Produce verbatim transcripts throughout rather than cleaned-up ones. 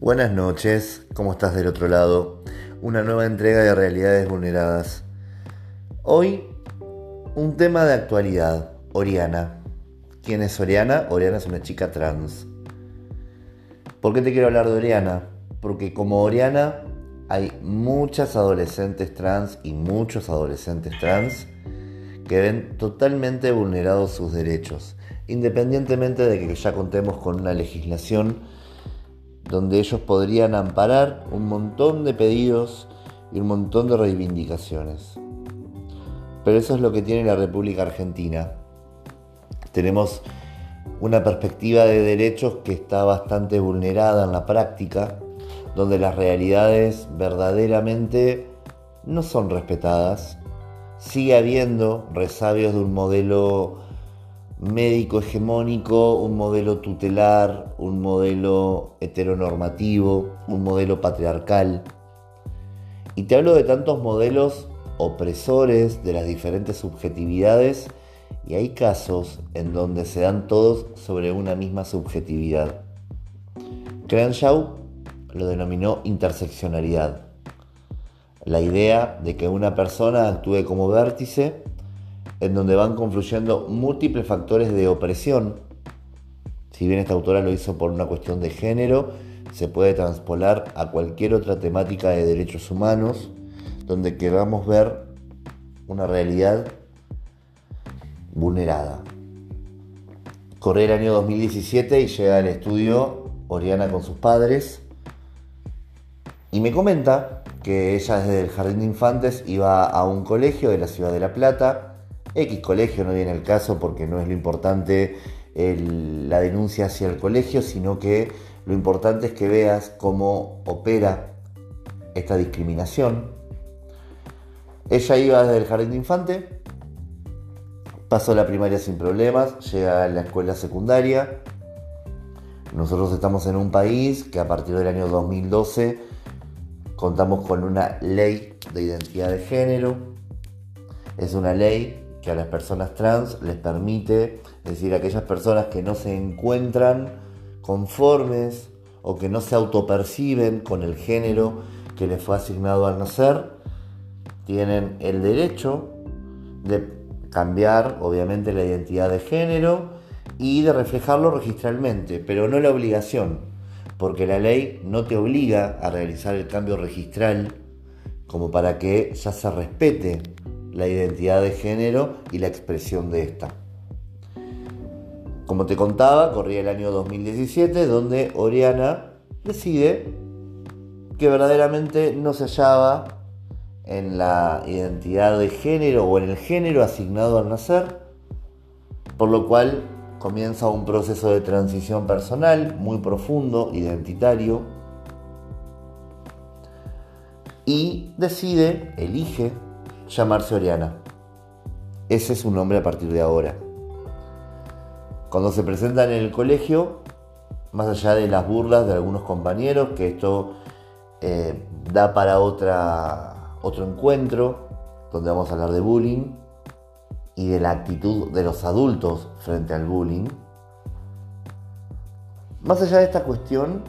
Buenas noches, ¿cómo estás del otro lado? Una nueva entrega de Realidades Vulneradas. Hoy, un tema de actualidad, Oriana. ¿Quién es Oriana? Oriana es una chica trans. ¿Por qué te quiero hablar de Oriana? Porque como Oriana hay muchas adolescentes trans y muchos adolescentes trans que ven totalmente vulnerados sus derechos, independientemente de que ya contemos con una legislación donde ellos podrían amparar un montón de pedidos y un montón de reivindicaciones. Pero eso es lo que tiene la República Argentina. Tenemos una perspectiva de derechos que está bastante vulnerada en la práctica, donde las realidades verdaderamente no son respetadas. Sigue habiendo resabios de un modelo médico hegemónico, un modelo tutelar, un modelo heteronormativo, un modelo patriarcal. Y te hablo de tantos modelos opresores de las diferentes subjetividades, y hay casos en donde se dan todos sobre una misma subjetividad. Crenshaw lo denominó interseccionalidad. La idea de que una persona actúe como vértice en donde van confluyendo múltiples factores de opresión. Si bien esta autora lo hizo por una cuestión de género, se puede transpolar a cualquier otra temática de derechos humanos, donde queramos ver una realidad vulnerada. Corre el año dos mil diecisiete y llega al estudio Oriana con sus padres y me comenta que ella desde el jardín de infantes iba a un colegio de la ciudad de La Plata. X colegio, no viene el caso porque no es lo importante el, la denuncia hacia el colegio, sino que lo importante es que veas cómo opera esta discriminación. Ella iba desde el jardín de infante, pasó la primaria sin problemas, llega a la escuela secundaria. Nosotros estamos en un país que a partir del año dos mil doce contamos con una ley de identidad de género. Es una ley que a las personas trans les permite, es decir, a aquellas personas que no se encuentran conformes o que no se autoperciben con el género que les fue asignado al nacer, tienen el derecho de cambiar, obviamente, la identidad de género y de reflejarlo registralmente, pero no la obligación, porque la ley no te obliga a realizar el cambio registral como para que ya se respete la identidad de género y la expresión de esta. Como te contaba, corría el año dos mil diecisiete, donde Oriana decide que verdaderamente no se hallaba en la identidad de género o en el género asignado al nacer, por lo cual comienza un proceso de transición personal muy profundo, identitario, y decide, elige llamarse Oriana. Ese es su nombre a partir de ahora. Cuando se presenta en el colegio, más allá de las burlas de algunos compañeros, que esto eh, da para otra, otro encuentro, donde vamos a hablar de bullying y de la actitud de los adultos frente al bullying. Más allá de esta cuestión,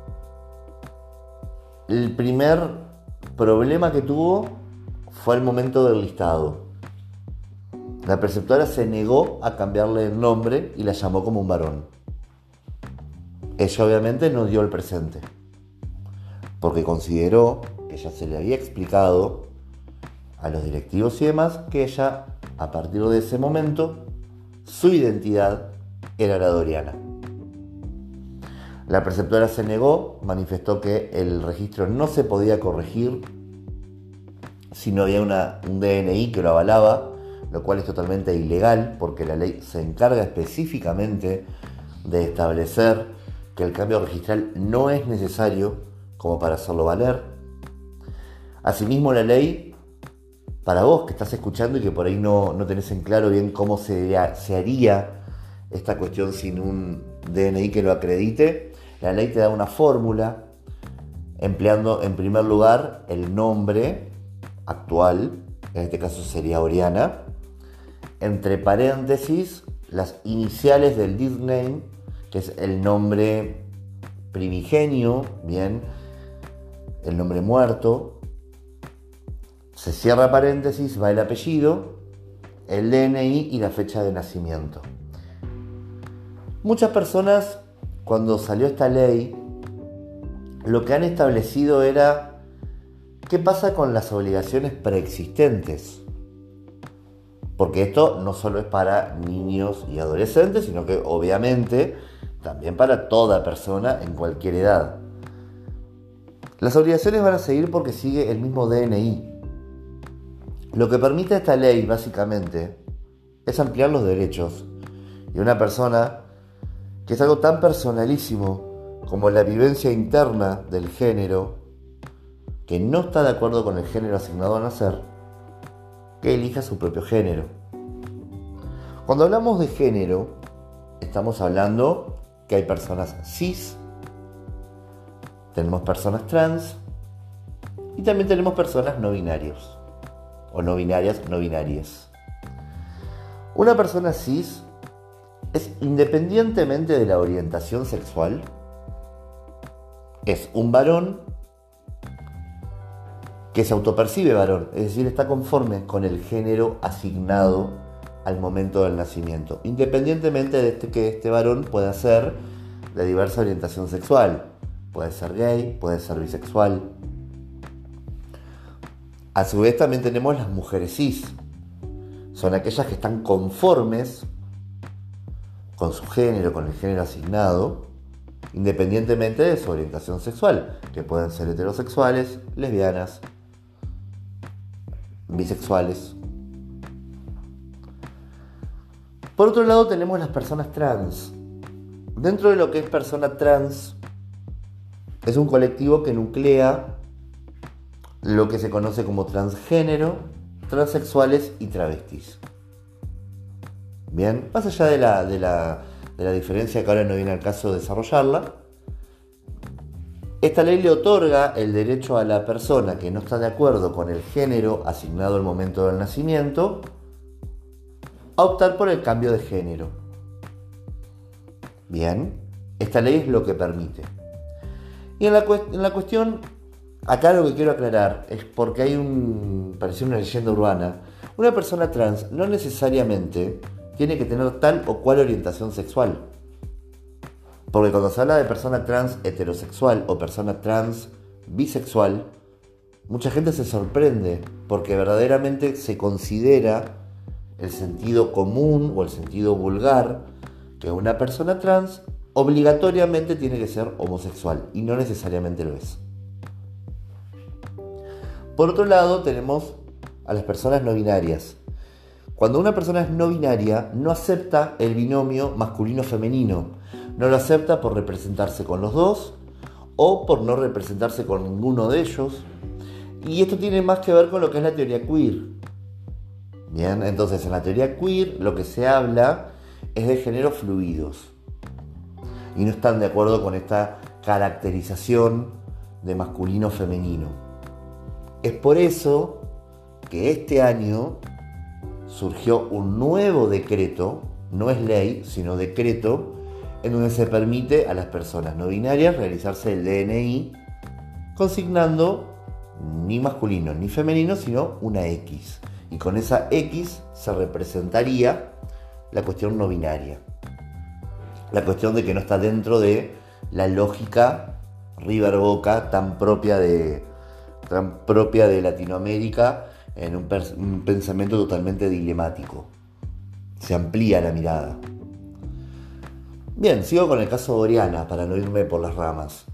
el primer problema que tuvo fue el momento del listado. La preceptora se negó a cambiarle el nombre y la llamó como un varón. Ella obviamente no dio el presente, porque consideró que ya se le había explicado a los directivos y demás que ella, a partir de ese momento, su identidad era la de Oriana. La preceptora se negó, manifestó que el registro no se podía corregir si no había una, un D N I que lo avalaba, lo cual es totalmente ilegal porque la ley se encarga específicamente de establecer que el cambio registral no es necesario como para hacerlo valer. Asimismo, la ley, para vos que estás escuchando y que por ahí no, no tenés en claro bien cómo se, se haría esta cuestión sin un D N I que lo acredite, la ley te da una fórmula empleando en primer lugar el nombre actual, en este caso sería Oriana, entre paréntesis las iniciales del deed name, que es el nombre primigenio, bien, el nombre muerto, se cierra paréntesis, va el apellido, el D N I y la fecha de nacimiento. Muchas personas, cuando salió esta ley, lo que han establecido era qué pasa con las obligaciones preexistentes. Porque esto no solo es para niños y adolescentes, sino que obviamente también para toda persona en cualquier edad. Las obligaciones van a seguir porque sigue el mismo D N I. Lo que permite esta ley, básicamente, es ampliar los derechos. Y una persona, que es algo tan personalísimo como la vivencia interna del género, que no está de acuerdo con el género asignado a nacer, que elija su propio género. Cuando hablamos de género, estamos hablando que hay personas cis, tenemos personas trans y también tenemos personas no binarios o no binarias, no binarias. Una persona cis es, independientemente de la orientación sexual, es un varón que se autopercibe varón, es decir, está conforme con el género asignado al momento del nacimiento, independientemente de este, que este varón pueda ser de diversa orientación sexual. Puede ser gay, puede ser bisexual. A su vez también tenemos las mujeres cis. Son aquellas que están conformes con su género, con el género asignado, independientemente de su orientación sexual, que pueden ser heterosexuales, lesbianas, bisexuales. Por otro lado tenemos las personas trans. Dentro de lo que es persona trans, es un colectivo que nuclea lo que se conoce como transgénero, transexuales y travestis. Bien, más allá de la, de la, de la diferencia que ahora no viene al caso de desarrollarla, esta ley le otorga el derecho a la persona que no está de acuerdo con el género asignado al momento del nacimiento a optar por el cambio de género. Bien, esta ley es lo que permite. Y en la, cu- en la cuestión, acá lo que quiero aclarar es porque hay un, parece una leyenda urbana, una persona trans no necesariamente tiene que tener tal o cual orientación sexual. Porque cuando se habla de persona trans heterosexual o persona trans bisexual, mucha gente se sorprende porque verdaderamente se considera el sentido común o el sentido vulgar que una persona trans obligatoriamente tiene que ser homosexual, y no necesariamente lo es. Por otro lado, tenemos a las personas no binarias. Cuando una persona es no binaria, no acepta el binomio masculino-femenino. No lo acepta por representarse con los dos o por no representarse con ninguno de ellos. Y esto tiene más que ver con lo que es la teoría queer. Bien, entonces en la teoría queer lo que se habla es de géneros fluidos. Y no están de acuerdo con esta caracterización de masculino-femenino. Es por eso que este año surgió un nuevo decreto, no es ley, sino decreto, en donde se permite a las personas no binarias realizarse el D N I consignando ni masculino ni femenino, sino una X. Y con esa X se representaría la cuestión no binaria. La cuestión de que no está dentro de la lógica River Boca tan propia de, tan propia de Latinoamérica, en un, pers- un pensamiento totalmente dilemático. Se amplía la mirada. Bien, sigo con el caso de Oriana para no irme por las ramas.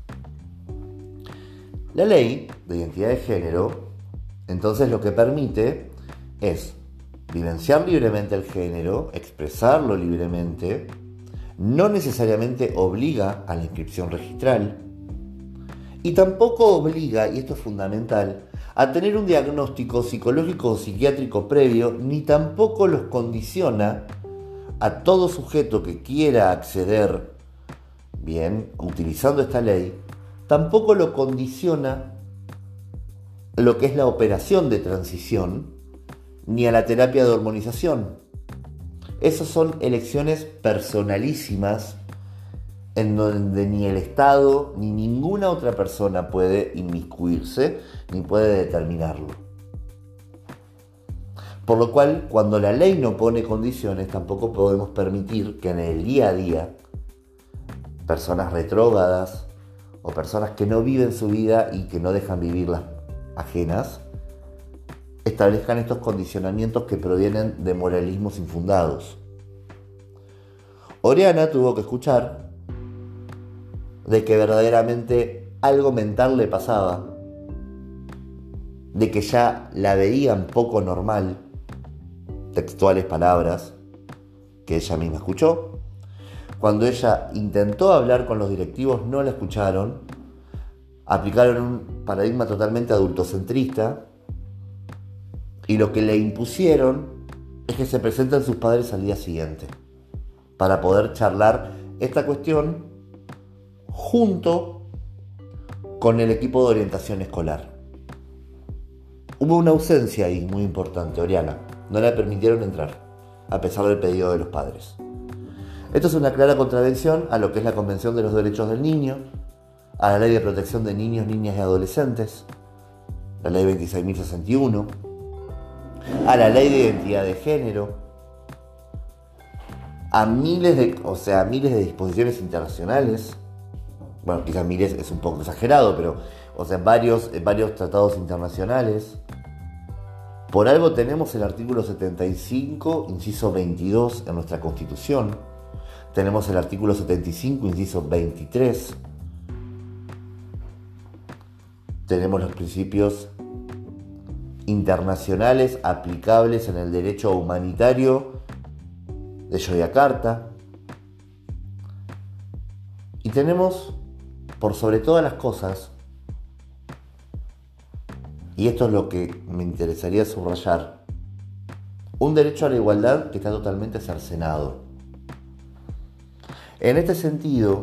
La ley de identidad de género, entonces, lo que permite es vivenciar libremente el género, expresarlo libremente, no necesariamente obliga a la inscripción registral y tampoco obliga, y esto es fundamental, a tener un diagnóstico psicológico o psiquiátrico previo, ni tampoco los condiciona a todo sujeto que quiera acceder, bien, utilizando esta ley, tampoco lo condiciona lo que es la operación de transición, ni a la terapia de hormonización. Esas son elecciones personalísimas en donde ni el Estado ni ninguna otra persona puede inmiscuirse ni puede determinarlo. Por lo cual, cuando la ley no pone condiciones, tampoco podemos permitir que en el día a día personas retrógradas o personas que no viven su vida y que no dejan vivir las ajenas establezcan estos condicionamientos que provienen de moralismos infundados. Oriana tuvo que escuchar de que verdaderamente algo mental le pasaba, de que ya la veían poco normal, textuales palabras que ella misma escuchó. Cuando ella intentó hablar con los directivos, no la escucharon, aplicaron un paradigma totalmente adultocentrista y lo que le impusieron es que se presenten sus padres al día siguiente para poder charlar esta cuestión junto con el equipo de orientación escolar. Hubo una ausencia ahí muy importante, Oriana. No la permitieron entrar, a pesar del pedido de los padres. Esto es una clara contravención a lo que es la Convención de los Derechos del Niño, a la Ley de Protección de Niños, Niñas y Adolescentes, la Ley veintiséis mil sesenta y uno, a la Ley de Identidad de Género, a miles de, o sea, a miles de disposiciones internacionales. Bueno, quizás miles es un poco exagerado, pero, o sea, varios, varios tratados internacionales. Por algo tenemos el artículo setenta y cinco, inciso veintidós en nuestra Constitución. Tenemos el artículo setenta y cinco, inciso veintitrés. Tenemos los principios internacionales aplicables en el derecho humanitario de Yogyakarta. Y tenemos, por sobre todas las cosas, y esto es lo que me interesaría subrayar, un derecho a la igualdad que está totalmente cercenado. En este sentido,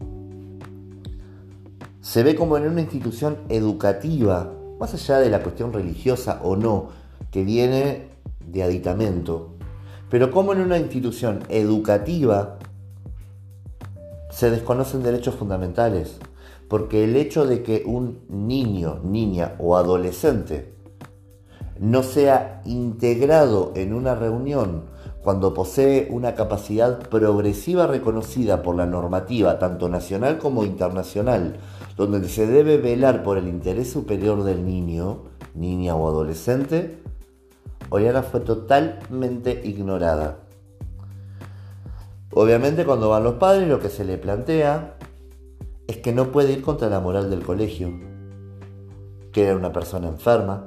se ve como en una institución educativa, más allá de la cuestión religiosa o no, que viene de aditamento, pero como en una institución educativa se desconocen derechos fundamentales, porque el hecho de que un niño, niña o adolescente no sea integrado en una reunión cuando posee una capacidad progresiva reconocida por la normativa tanto nacional como internacional, donde se debe velar por el interés superior del niño, niña o adolescente, Oriana fue totalmente ignorada. Obviamente, cuando van los padres, lo que se le plantea es que no puede ir contra la moral del colegio, que era una persona enferma,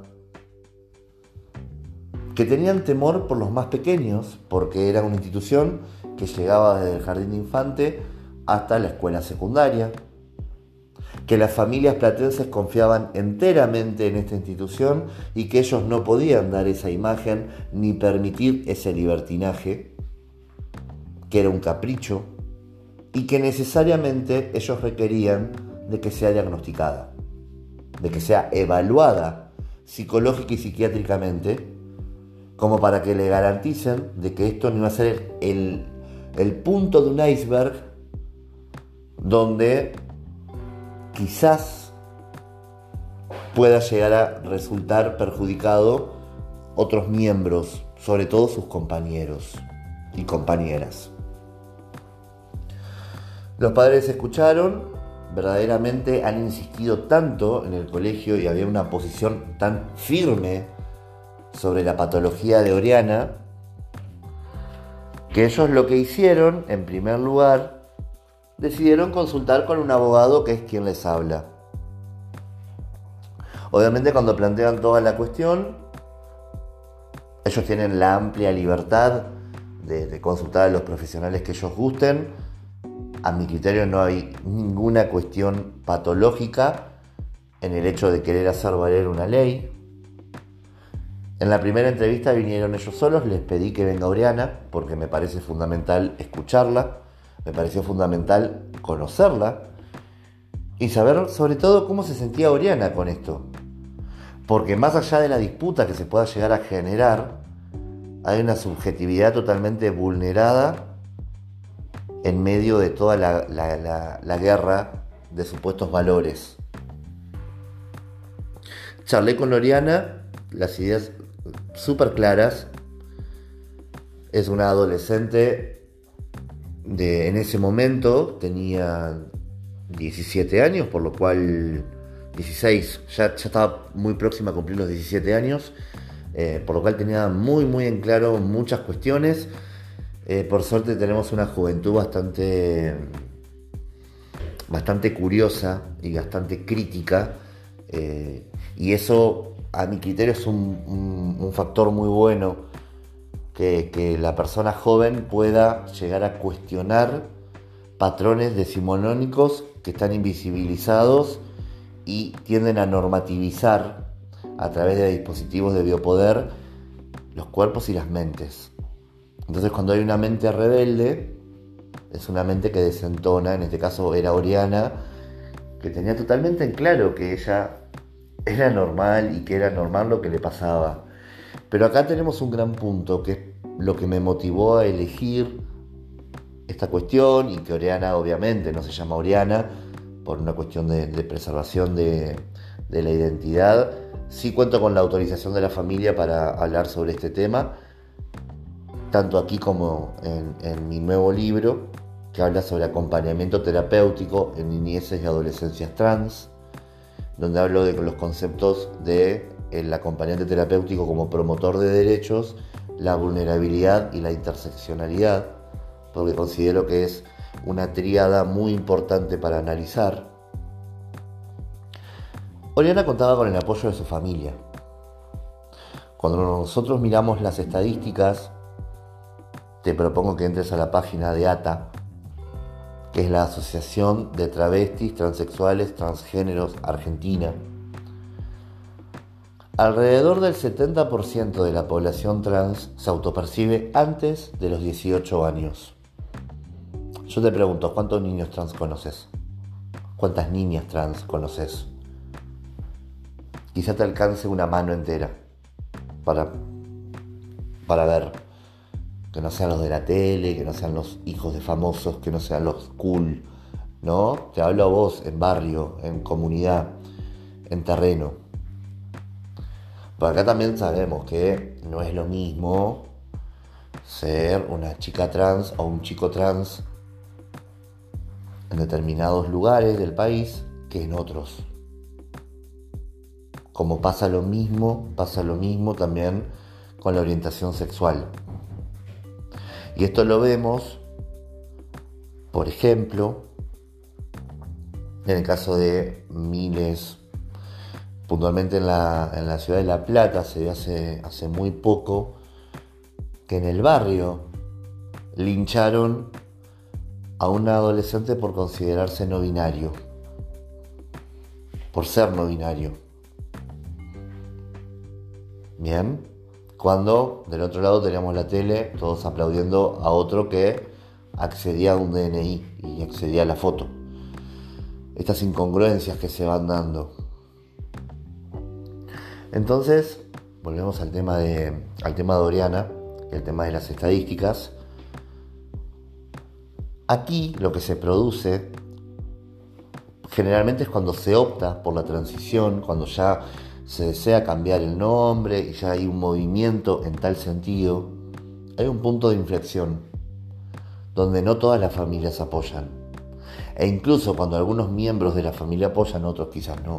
que tenían temor por los más pequeños, porque era una institución que llegaba desde el jardín de infante hasta la escuela secundaria, que las familias platenses confiaban enteramente en esta institución y que ellos no podían dar esa imagen ni permitir ese libertinaje, que era un capricho, y que necesariamente ellos requerían de que sea diagnosticada, de que sea evaluada psicológica y psiquiátricamente, como para que le garanticen de que esto no iba a ser el, el punto de un iceberg donde quizás pueda llegar a resultar perjudicado otros miembros, sobre todo sus compañeros y compañeras. Los padres escucharon, verdaderamente han insistido tanto en el colegio y había una posición tan firme sobre la patología de Oriana, que ellos lo que hicieron, en primer lugar, decidieron consultar con un abogado que es quien les habla. Obviamente, cuando plantean toda la cuestión, ellos tienen la amplia libertad de, de consultar a los profesionales que ellos gusten. A mi criterio no hay ninguna cuestión patológica en el hecho de querer hacer valer una ley. En la primera entrevista vinieron ellos solos, les pedí que venga Oriana porque me parece fundamental escucharla, me pareció fundamental conocerla y saber sobre todo cómo se sentía Oriana con esto. Porque más allá de la disputa que se pueda llegar a generar, hay una subjetividad totalmente vulnerada en medio de toda la, la, la, la guerra de supuestos valores. Charlé con Oriana, las ideas súper claras. Es una adolescente de, en ese momento tenía diecisiete años, por lo cual dieciséis, ya, ya estaba muy próxima a cumplir los diecisiete años, eh, por lo cual tenía muy muy en claro muchas cuestiones. Eh, por suerte tenemos una juventud bastante, bastante curiosa y bastante crítica, eh, y eso a mi criterio es un, un, un factor muy bueno, que, que la persona joven pueda llegar a cuestionar patrones decimonónicos que están invisibilizados y tienden a normativizar a través de dispositivos de biopoder los cuerpos y las mentes. Entonces, cuando hay una mente rebelde, es una mente que desentona. En este caso era Oriana, que tenía totalmente en claro que ella era normal y que era normal lo que le pasaba. Pero acá tenemos un gran punto, que es lo que me motivó a elegir esta cuestión, y que Oriana obviamente no se llama Oriana por una cuestión de, de preservación de, de la identidad. Sí cuento con la autorización de la familia para hablar sobre este tema, tanto aquí como en, en mi nuevo libro, que habla sobre acompañamiento terapéutico en niñeces y adolescencias trans, donde hablo de los conceptos de el acompañante terapéutico como promotor de derechos, la vulnerabilidad y la interseccionalidad, porque considero que es una tríada muy importante para analizar. Oriana contaba con el apoyo de su familia. Cuando nosotros miramos las estadísticas, te propongo que entres a la página de A T A, que es la Asociación de Travestis, Transexuales, Transgéneros Argentina. Alrededor del setenta por ciento de la población trans se autopercibe antes de los dieciocho años. Yo te pregunto, ¿cuántos niños trans conoces? ¿Cuántas niñas trans conoces? Quizá te alcance una mano entera para, para ver. Que no sean los de la tele, que no sean los hijos de famosos, que no sean los cool, ¿no? Te hablo a vos, en barrio, en comunidad, en terreno. Por acá también sabemos que no es lo mismo ser una chica trans o un chico trans en determinados lugares del país que en otros. Como pasa lo mismo, pasa lo mismo también con la orientación sexual. Y esto lo vemos, por ejemplo, en el caso de miles, puntualmente en la, en la ciudad de La Plata, se ve hace, hace muy poco, que en el barrio lincharon a un adolescente por considerarse no binario, por ser no binario. Bien. Cuando del otro lado teníamos la tele, todos aplaudiendo a otro que accedía a un D N I y accedía a la foto. Estas incongruencias que se van dando. Entonces, volvemos al tema de, al tema de Oriana, el tema de las estadísticas. Aquí lo que se produce generalmente es cuando se opta por la transición, cuando ya se desea cambiar el nombre y ya hay un movimiento en tal sentido. Hay un punto de inflexión donde no todas las familias apoyan, e incluso cuando algunos miembros de la familia apoyan, otros quizás no.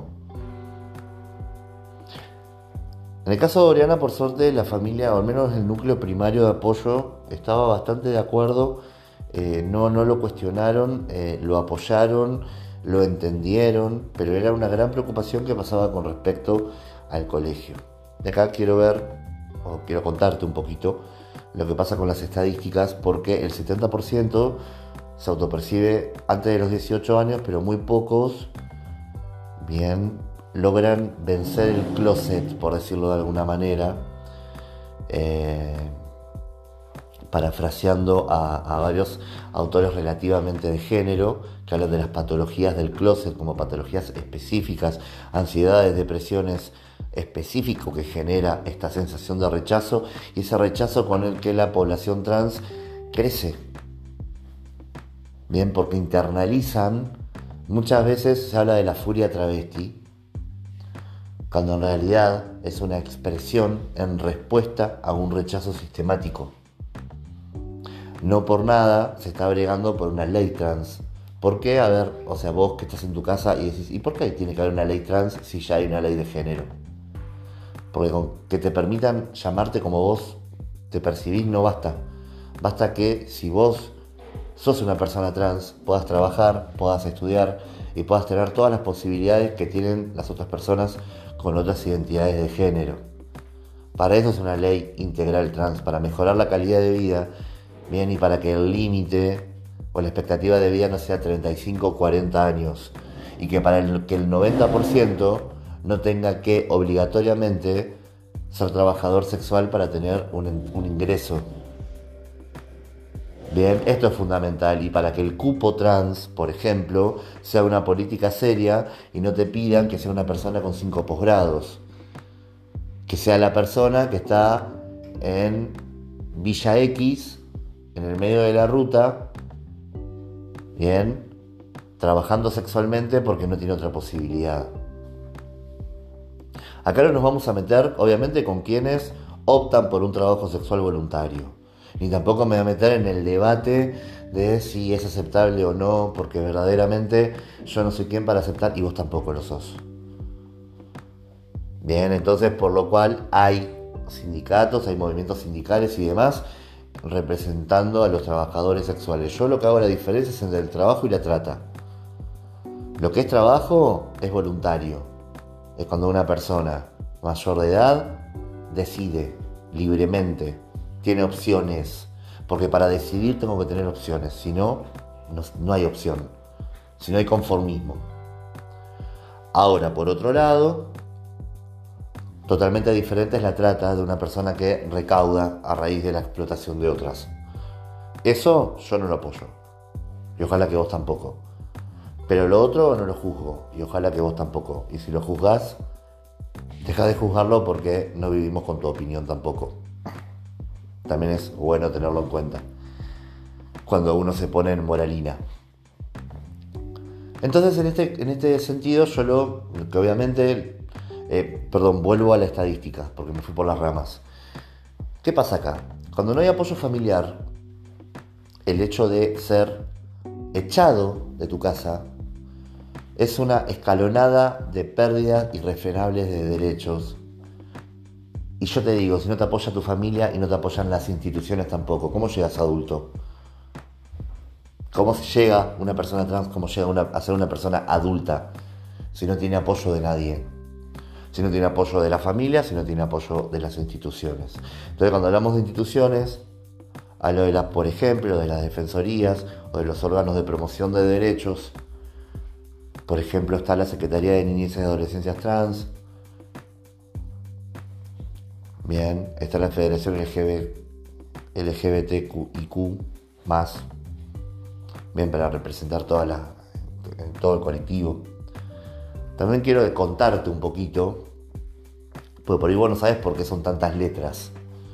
En el caso de Oriana, por suerte, la familia, o al menos el núcleo primario de apoyo, estaba bastante de acuerdo, eh, no, no lo cuestionaron, eh, lo apoyaron, lo entendieron, pero era una gran preocupación que pasaba con respecto al colegio. De acá quiero ver, o quiero contarte un poquito, lo que pasa con las estadísticas, porque el setenta por ciento se autopercibe antes de los dieciocho años, pero muy pocos, bien, logran vencer el closet, por decirlo de alguna manera, eh, parafraseando a, a varios autores relativamente de género, que hablan de las patologías del closet como patologías específicas, ansiedades, depresiones específico que genera esta sensación de rechazo, y ese rechazo con el que la población trans crece. Bien, porque internalizan, muchas veces se habla de la furia travesti, cuando en realidad es una expresión en respuesta a un rechazo sistemático. No por nada se está bregando por una ley trans. ¿Por qué? A ver, o sea, vos que estás en tu casa y decís, ¿y por qué tiene que haber una ley trans si ya hay una ley de género? Porque con que te permitan llamarte como vos te percibís no basta. Basta que si vos sos una persona trans, puedas trabajar, puedas estudiar y puedas tener todas las posibilidades que tienen las otras personas con otras identidades de género. Para eso es una ley integral trans, para mejorar la calidad de vida, bien, y para que el límite o la expectativa de vida no sea treinta y cinco o cuarenta años, y que para el, que el noventa por ciento no tenga que obligatoriamente ser trabajador sexual para tener un, un ingreso. Bien, esto es fundamental, y para que el cupo trans, por ejemplo, sea una política seria y no te pidan que sea una persona con cinco posgrados, que sea la persona que está en Villa X, en el medio de la ruta, bien, trabajando sexualmente porque no tiene otra posibilidad. Acá no nos vamos a meter, obviamente, con quienes optan por un trabajo sexual voluntario. Ni tampoco me voy a meter en el debate de si es aceptable o no, porque verdaderamente yo no soy quien para aceptar y vos tampoco lo sos. Bien, entonces por lo cual hay sindicatos, hay movimientos sindicales y demás representando a los trabajadores sexuales. Yo lo que hago la diferencia es entre el trabajo y la trata. Lo que es trabajo es voluntario. Es cuando una persona mayor de edad decide libremente, tiene opciones, porque para decidir tengo que tener opciones, si no, no, no hay opción, si no hay conformismo. Ahora, por otro lado, totalmente diferente es la trata de una persona que recauda a raíz de la explotación de otras. Eso yo no lo apoyo, y ojalá que vos tampoco. Pero lo otro no lo juzgo, y ojalá que vos tampoco. Y si lo juzgás, deja de juzgarlo porque no vivimos con tu opinión tampoco. También es bueno tenerlo en cuenta cuando uno se pone en moralina. Entonces, en este, en este sentido, yo lo que obviamente, eh, perdón, vuelvo a la estadística porque me fui por las ramas. ¿Qué pasa acá? Cuando no hay apoyo familiar, el hecho de ser echado de tu casa es una escalonada de pérdidas irrefrenables de derechos. Y yo te digo, si no te apoya tu familia y no te apoyan las instituciones tampoco, ¿cómo llegas adulto? ¿Cómo llega una persona trans, cómo llega una, a ser una persona adulta si no tiene apoyo de nadie? Si no tiene apoyo de la familia, si no tiene apoyo de las instituciones. Entonces, cuando hablamos de instituciones, hablo de las, por ejemplo, de las defensorías o de los órganos de promoción de derechos. Por ejemplo, está la Secretaría de Niñez y Adolescencias Trans. Bien, está la Federación L G B T I Q más. Bien, para representar toda la, todo el colectivo. También quiero contarte un poquito, porque por ahí vos no sabes por qué son tantas letras.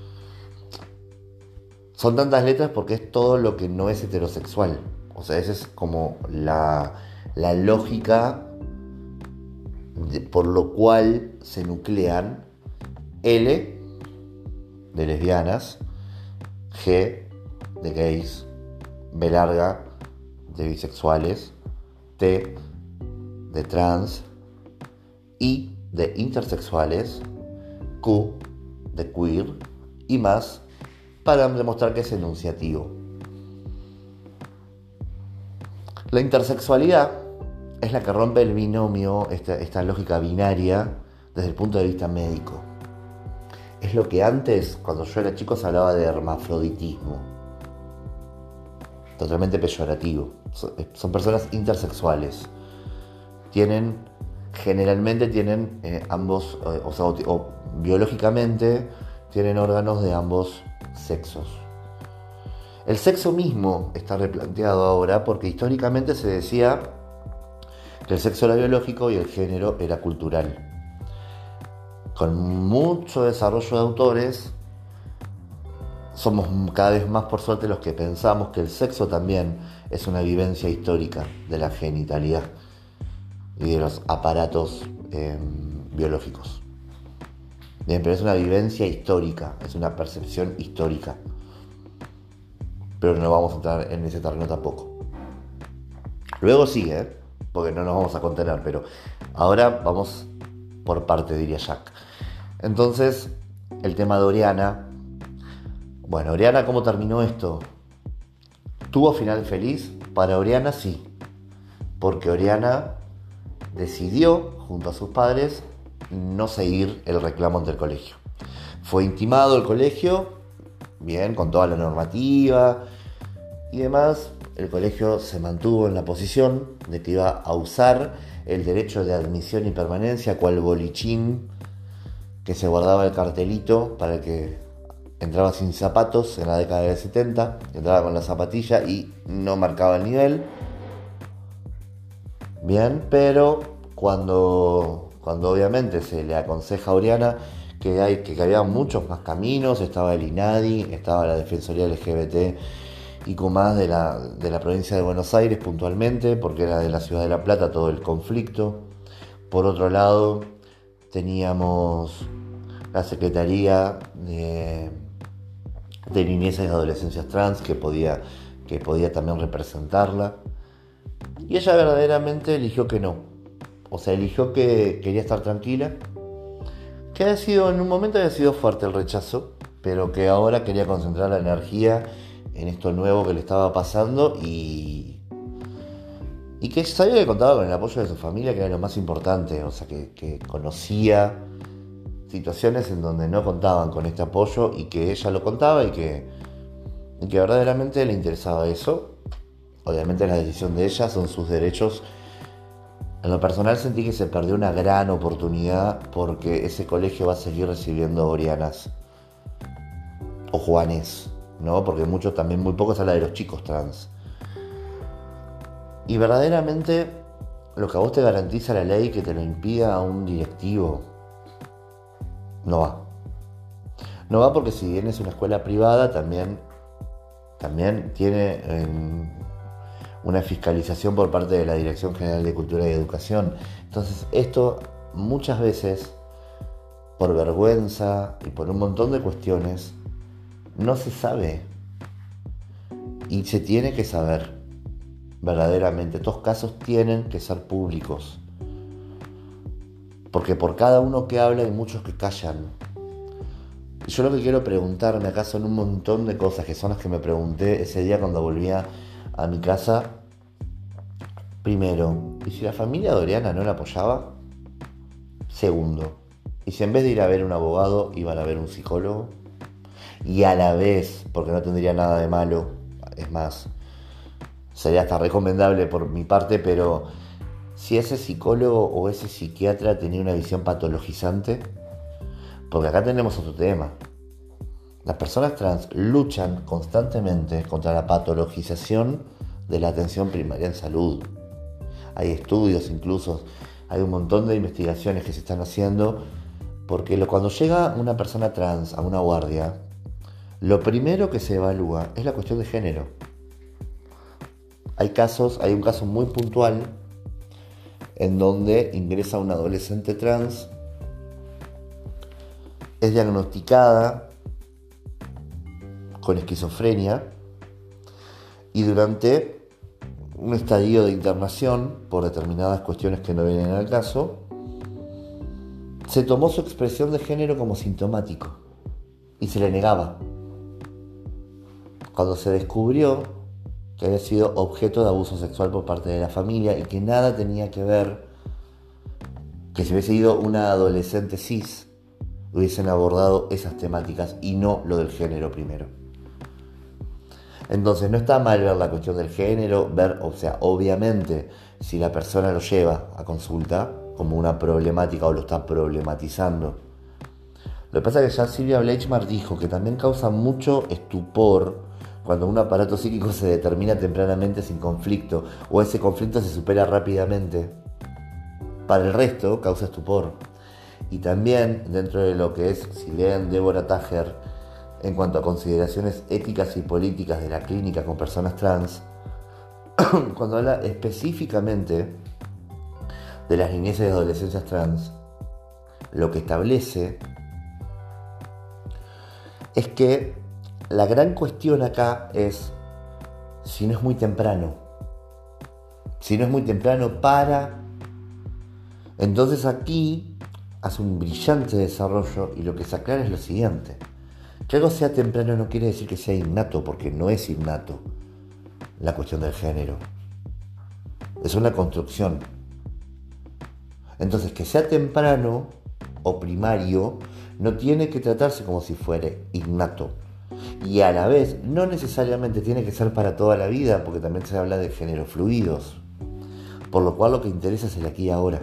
Son tantas letras porque es todo lo que no es heterosexual. O sea, esa es como la, la lógica de, por lo cual se nuclean L de lesbianas, G de gays, B larga de bisexuales, T de trans, I de intersexuales, Q de queer y más para demostrar que es enunciativo. La intersexualidad es la que rompe el binomio, esta, esta lógica binaria desde el punto de vista médico. Es lo que antes, cuando yo era chico, se hablaba de hermafroditismo. Totalmente peyorativo. Son personas intersexuales. Tienen, generalmente tienen eh, ambos, eh, o sea, o, o biológicamente tienen órganos de ambos sexos. El sexo mismo está replanteado ahora porque históricamente se decía que el sexo era biológico y el género era cultural. Con mucho desarrollo de autores somos cada vez más, por suerte, los que pensamos que el sexo también es una vivencia histórica de la genitalidad y de los aparatos eh, biológicos. Bien, pero es una vivencia histórica, es una percepción histórica. Pero no vamos a entrar en ese terreno tampoco. Luego sigue, ¿eh? Porque no nos vamos a contener, pero ahora vamos por parte, diría Jack. Entonces, el tema de Oriana. Bueno, Oriana, ¿cómo terminó esto? ¿Tuvo final feliz? Para Oriana sí, porque Oriana decidió, junto a sus padres, no seguir el reclamo ante el colegio. Fue intimado el colegio, bien, con toda la normativa y demás. El colegio se mantuvo en la posición de que iba a usar el derecho de admisión y permanencia, cual bolichín que se guardaba el cartelito para el que entraba sin zapatos en la década del setenta, entraba con la zapatilla y no marcaba el nivel. Bien, pero cuando, cuando obviamente se le aconseja a Oriana que, hay, que, que había muchos más caminos, estaba el INADI, estaba la Defensoría L G B T y con más de la, de la provincia de Buenos Aires puntualmente, porque era de la ciudad de La Plata todo el conflicto. Por otro lado, teníamos la Secretaría de, de Niñez y Adolescencias Trans, que podía, que podía también representarla. Y ella verdaderamente eligió que no. O sea, eligió que quería estar tranquila. Que ha sido, en un momento había sido fuerte el rechazo, pero que ahora quería concentrar la energía en esto nuevo que le estaba pasando y, y que sabía que contaba con el apoyo de su familia, que era lo más importante. O sea, que, que conocía situaciones en donde no contaban con este apoyo y que ella lo contaba y que, y que verdaderamente le interesaba eso. Obviamente la decisión de ella, son sus derechos. En lo personal sentí que se perdió una gran oportunidad porque ese colegio va a seguir recibiendo Orianas o Juanes, ¿no? Porque mucho, también muy poco se habla de los chicos trans. Y verdaderamente lo que a vos te garantiza la ley que te lo impida a un directivo, no va. No va porque si bien es una escuela privada, también, también tiene eh, una fiscalización por parte de la Dirección General de Cultura y Educación. Entonces esto muchas veces, por vergüenza y por un montón de cuestiones, no se sabe. Y se tiene que saber, verdaderamente. Estos casos tienen que ser públicos. Porque por cada uno que habla hay muchos que callan. Y yo lo que quiero preguntarme acá son un montón de cosas, que son las que me pregunté ese día cuando volvía a mi casa. Primero, ¿y si la familia de Oriana no la apoyaba? Segundo, ¿y si en vez de ir a ver un abogado iban a ver un psicólogo? Y a la vez, porque no tendría nada de malo, es más, sería hasta recomendable por mi parte, pero si ese psicólogo o ese psiquiatra tenía una visión patologizante, porque acá tenemos otro tema. Las personas trans luchan constantemente contra la patologización de la atención primaria en salud. Hay estudios incluso, hay un montón de investigaciones que se están haciendo, porque lo, cuando llega una persona trans a una guardia, lo primero que se evalúa es la cuestión de género. Hay casos, hay un caso muy puntual en donde ingresa una adolescente trans, es diagnosticada con esquizofrenia y durante un estadio de internación por determinadas cuestiones que no vienen al caso, se tomó su expresión de género como sintomático y se le negaba. Cuando se descubrió que había sido objeto de abuso sexual por parte de la familia y que nada tenía que ver, que si hubiese sido una adolescente cis, hubiesen abordado esas temáticas y no lo del género primero. Entonces no está mal ver la cuestión del género, ver, o sea, obviamente, si la persona lo lleva a consulta como una problemática o lo está problematizando. Lo que pasa es que ya Silvia Bleichmar dijo que también causa mucho estupor cuando un aparato psíquico se determina tempranamente sin conflicto o ese conflicto se supera rápidamente. Para el resto causa estupor. Y también dentro de lo que es, si leen Deborah Tager, en cuanto a consideraciones éticas y políticas de la clínica con personas trans, cuando habla específicamente de las niñeces y adolescencias trans, lo que establece es que la gran cuestión acá es si no es muy temprano. Si no es muy temprano para... Entonces aquí hace un brillante desarrollo y lo que se aclara es lo siguiente. Que algo sea temprano no quiere decir que sea innato, porque no es innato la cuestión del género. Es una construcción. Entonces, que sea temprano o primario no tiene que tratarse como si fuera innato. Y a la vez, no necesariamente tiene que ser para toda la vida, porque también se habla de géneros fluidos. Por lo cual lo que interesa es el aquí y ahora.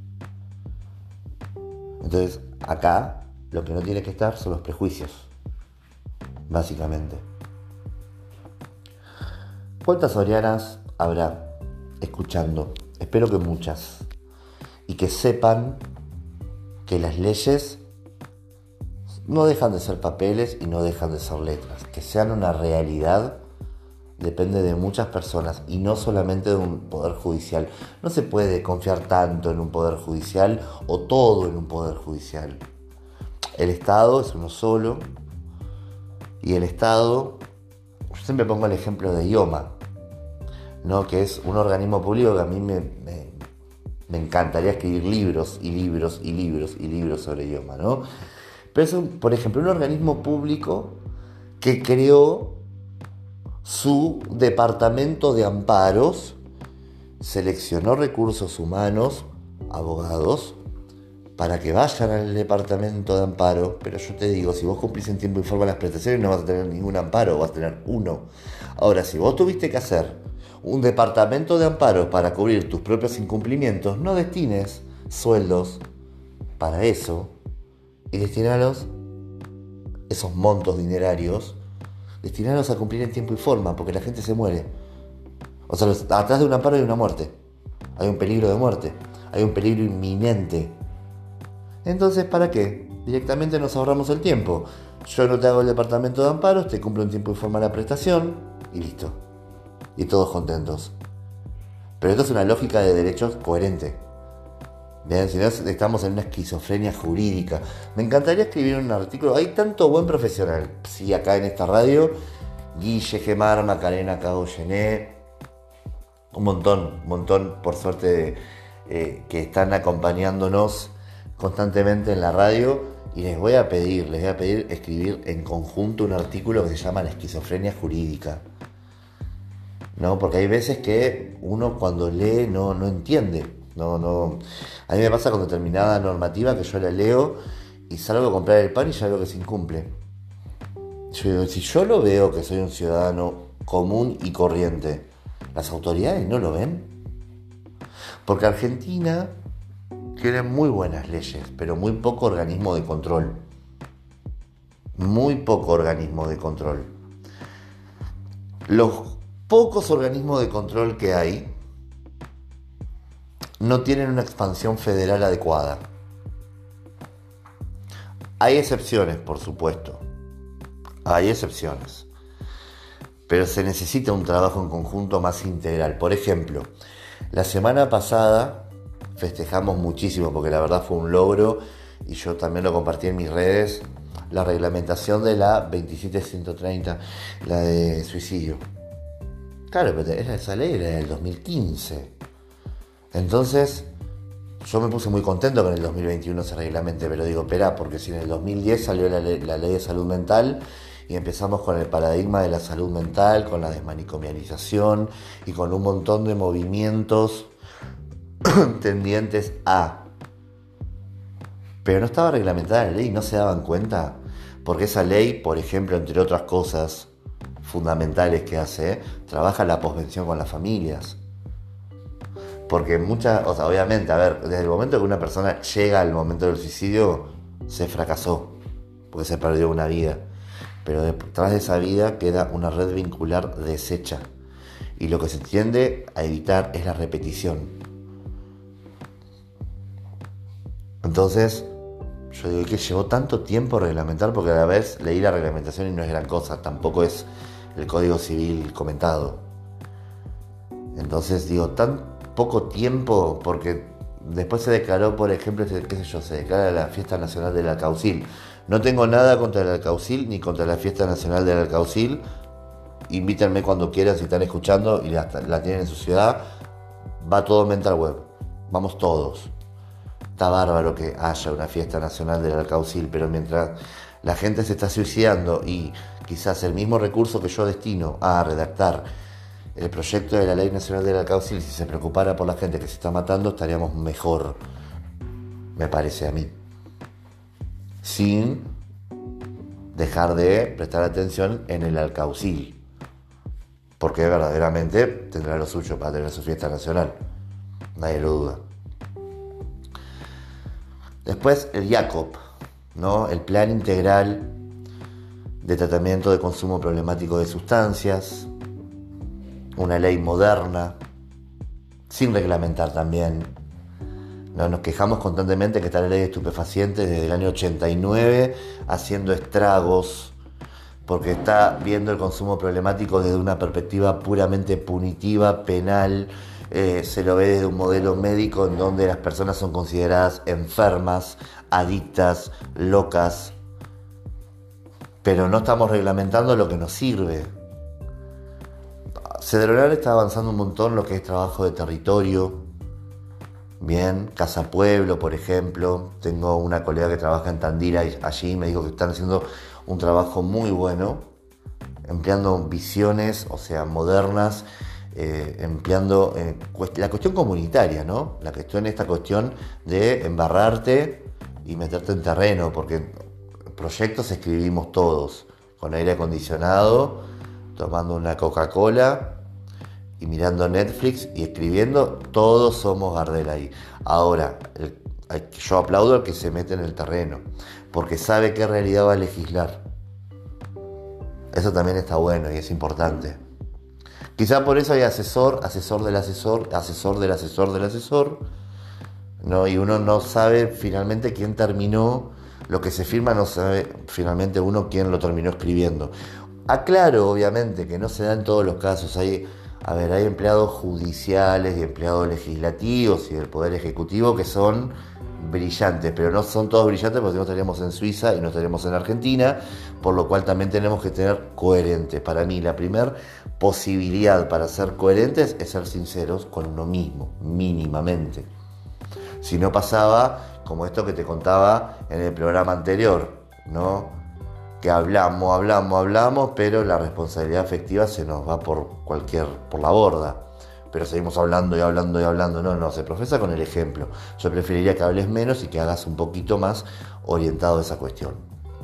Entonces, acá lo que no tiene que estar son los prejuicios. Básicamente. ¿Cuántas Orianas habrá escuchando? Espero que muchas. Y que sepan que las leyes no dejan de ser papeles y no dejan de ser letras. Que sean una realidad depende de muchas personas y no solamente de un poder judicial. No se puede confiar tanto en un poder judicial o todo en un poder judicial. El Estado es uno solo y el Estado, yo siempre pongo el ejemplo de IOMA, ¿no? Que es un organismo público que a mí me, me, me encantaría escribir libros y libros y libros y libros sobre IOMA, ¿no? Pero es, un, por ejemplo, un organismo público que creó su departamento de amparos, seleccionó recursos humanos, abogados, para que vayan al departamento de amparo. Pero yo te digo, si vos cumplís en tiempo y forma las prestaciones no vas a tener ningún amparo, vas a tener uno. Ahora, si vos tuviste que hacer un departamento de amparo para cubrir tus propios incumplimientos, no destines sueldos para eso y destinalos, esos montos dinerarios, destinarlos a cumplir en tiempo y forma, porque la gente se muere. O sea, los, atrás de un amparo hay una muerte. Hay un peligro de muerte. Hay un peligro inminente. Entonces, ¿para qué? Directamente nos ahorramos el tiempo. Yo no te hago el departamento de amparos, te cumplo en tiempo y forma la prestación y listo. Y todos contentos. Pero esto es una lógica de derechos coherente. Bien, si no estamos en una esquizofrenia jurídica. Me encantaría escribir un artículo. Hay tanto buen profesional. Sí, acá en esta radio. Guille Gemar, Macarena Cagoyené. Un montón, un montón, por suerte, eh, que están acompañándonos constantemente en la radio. Y les voy a pedir, les voy a pedir escribir en conjunto un artículo que se llama La esquizofrenia jurídica. ¿No? Porque hay veces que uno cuando lee no, no entiende. No, no. A mí me pasa con determinada normativa que yo la leo y salgo a comprar el pan y ya veo que se incumple. Yo digo, si yo lo veo que soy un ciudadano común y corriente, ¿las autoridades no lo ven? Porque Argentina tiene muy buenas leyes, pero muy poco organismo de control. Muy poco organismo de control. Los pocos organismos de control que hay no tienen una expansión federal adecuada. Hay excepciones, por supuesto. Hay excepciones. Pero se necesita un trabajo en conjunto más integral. Por ejemplo, la semana pasada festejamos muchísimo, porque la verdad fue un logro, y yo también lo compartí en mis redes, la reglamentación de la veintisiete ciento treinta, la de suicidio. Claro, pero esa ley era del dos mil quince. Entonces, yo me puse muy contento que en el dos mil veintiuno se reglamente, pero digo, espera, porque si en el dos mil diez salió la ley, la ley de salud mental y empezamos con el paradigma de la salud mental, con la desmanicomialización y con un montón de movimientos tendientes a... Pero no estaba reglamentada la ley, no se daban cuenta, porque esa ley, por ejemplo, entre otras cosas fundamentales que hace, trabaja la posvención con las familias. Porque muchas, o sea, obviamente, a ver, desde el momento que una persona llega al momento del suicidio, se fracasó, porque se perdió una vida. Pero detrás de esa vida queda una red vincular deshecha. Y lo que se tiende a evitar es la repetición. Entonces, Yo digo que llevó tanto tiempo reglamentar, porque a la vez leí la reglamentación y no es gran cosa, tampoco es el Código Civil comentado. Entonces digo, tan poco tiempo, porque después se declaró, por ejemplo, qué sé yo, se declara la Fiesta Nacional del Alcaucil. No tengo nada contra el Alcaucil ni contra la Fiesta Nacional del Alcaucil. Invítenme cuando quieran si están escuchando y la, la tienen en su ciudad. Va todo Mental Web. Vamos todos. Está bárbaro que haya una Fiesta Nacional del Alcaucil, pero mientras la gente se está suicidando y quizás el mismo recurso que yo destino a redactar el proyecto de la Ley Nacional del Alcaucil, si se preocupara por la gente que se está matando, estaríamos mejor, me parece a mí. Sin dejar de prestar atención en el Alcaucil, porque verdaderamente tendrá lo suyo para tener su fiesta nacional, nadie lo duda. Después el IACOP, ¿no? El Plan Integral de Tratamiento de Consumo Problemático de Sustancias, una ley moderna, sin reglamentar también. No, nos quejamos constantemente que está la ley de estupefacientes desde el año ochenta y nueve haciendo estragos, porque está viendo el consumo problemático desde una perspectiva puramente punitiva, penal. Eh, se lo ve desde un modelo médico en donde las personas son consideradas enfermas, adictas, locas, pero no estamos reglamentando lo que nos sirve. Cedronal está avanzando un montón lo que es trabajo de territorio. Bien, Casa Pueblo, por ejemplo. Tengo una colega que trabaja en Tandira y allí me dijo que están haciendo un trabajo muy bueno, empleando visiones, o sea, modernas, eh, empleando eh, la cuestión comunitaria, ¿no? La cuestión, esta cuestión de embarrarte y meterte en terreno, porque proyectos escribimos todos, con aire acondicionado, tomando una Coca-Cola y mirando Netflix y escribiendo, todos somos Gardel ahí. Ahora, el, el, yo aplaudo al que se mete en el terreno, porque sabe qué realidad va a legislar. Eso también está bueno y es importante. Quizá por eso hay asesor, asesor del asesor, asesor del asesor del asesor, ¿no? Y uno no sabe finalmente quién terminó, lo que se firma no sabe finalmente uno quién lo terminó escribiendo. Aclaro, obviamente, que no se da en todos los casos. Hay, a ver, hay empleados judiciales y empleados legislativos y del Poder Ejecutivo que son brillantes, pero no son todos brillantes porque no estaríamos en Suiza y no estaríamos en Argentina, por lo cual también tenemos que tener coherentes. Para mí, la primera posibilidad para ser coherentes es ser sinceros con uno mismo, mínimamente. Si no pasaba, como esto que te contaba en el programa anterior, ¿no? Que hablamos, hablamos, hablamos, pero la responsabilidad afectiva se nos va por cualquier, por la borda. Pero seguimos hablando y hablando y hablando. No, no, se profesa con el ejemplo. Yo preferiría que hables menos y que hagas un poquito más orientado a esa cuestión.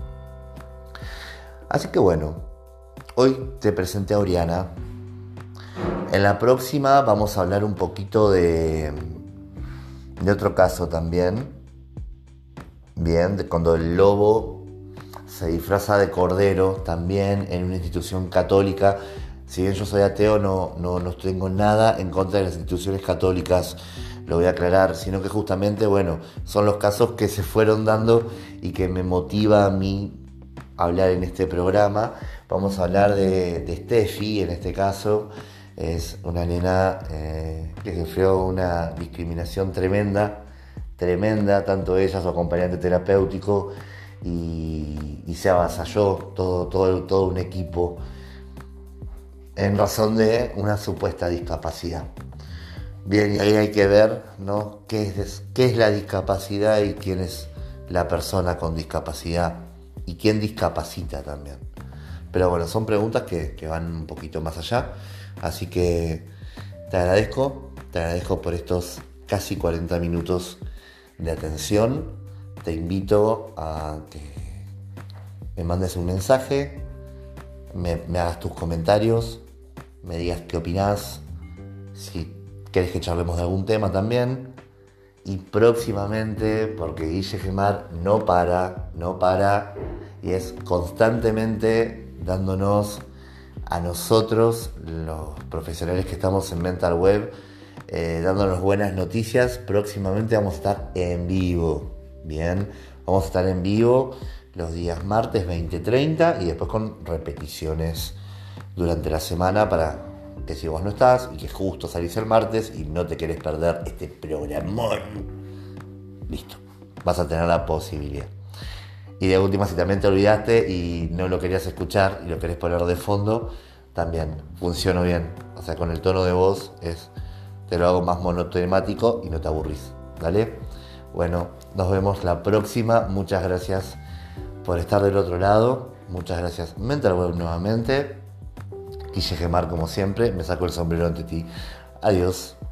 Así que bueno, hoy te presenté a Oriana. En la próxima vamos a hablar un poquito de, de otro caso también. Bien, de cuando el lobo se disfraza de cordero también en una institución católica. Si bien yo soy ateo, no, no, no tengo nada en contra de las instituciones católicas, lo voy a aclarar, sino que justamente, bueno, son los casos que se fueron dando y que me motiva a mí hablar en este programa. Vamos a hablar de, de Steffi, en este caso. Es una nena eh, que sufrió una discriminación tremenda, tremenda, tanto ella, su acompañante terapéutico, y, y se avasalló todo, todo, todo un equipo en razón de una supuesta discapacidad. Bien, y ahí hay que ver, ¿no? qué es, qué es la discapacidad y quién es la persona con discapacidad y quién discapacita también. Pero bueno, son preguntas que, que van un poquito más allá, así que te agradezco, te agradezco por estos casi cuarenta minutos de atención. Te invito a que me mandes un mensaje, me, me hagas tus comentarios, me digas qué opinás, si querés que charlemos de algún tema también. Y próximamente, porque Guille Gemar no para, no para, y es constantemente dándonos a nosotros, los profesionales que estamos en Mental Web, eh, dándonos buenas noticias. Próximamente vamos a estar en vivo, bien, Vamos a estar en vivo los días martes veinte treinta y después con repeticiones durante la semana para que si vos no estás y que justo salís el martes y no te querés perder este programón, listo, vas a tener la posibilidad. Y de última, si también te olvidaste y no lo querías escuchar y lo querés poner de fondo, también funciona bien. O sea, con el tono de voz es, te lo hago más monotemático y no te aburrís. ¿Dale? Bueno, nos vemos la próxima. Muchas gracias por estar del otro lado. Muchas gracias Mental Web nuevamente. Guille Gemar como siempre. Me saco el sombrero ante ti. Adiós.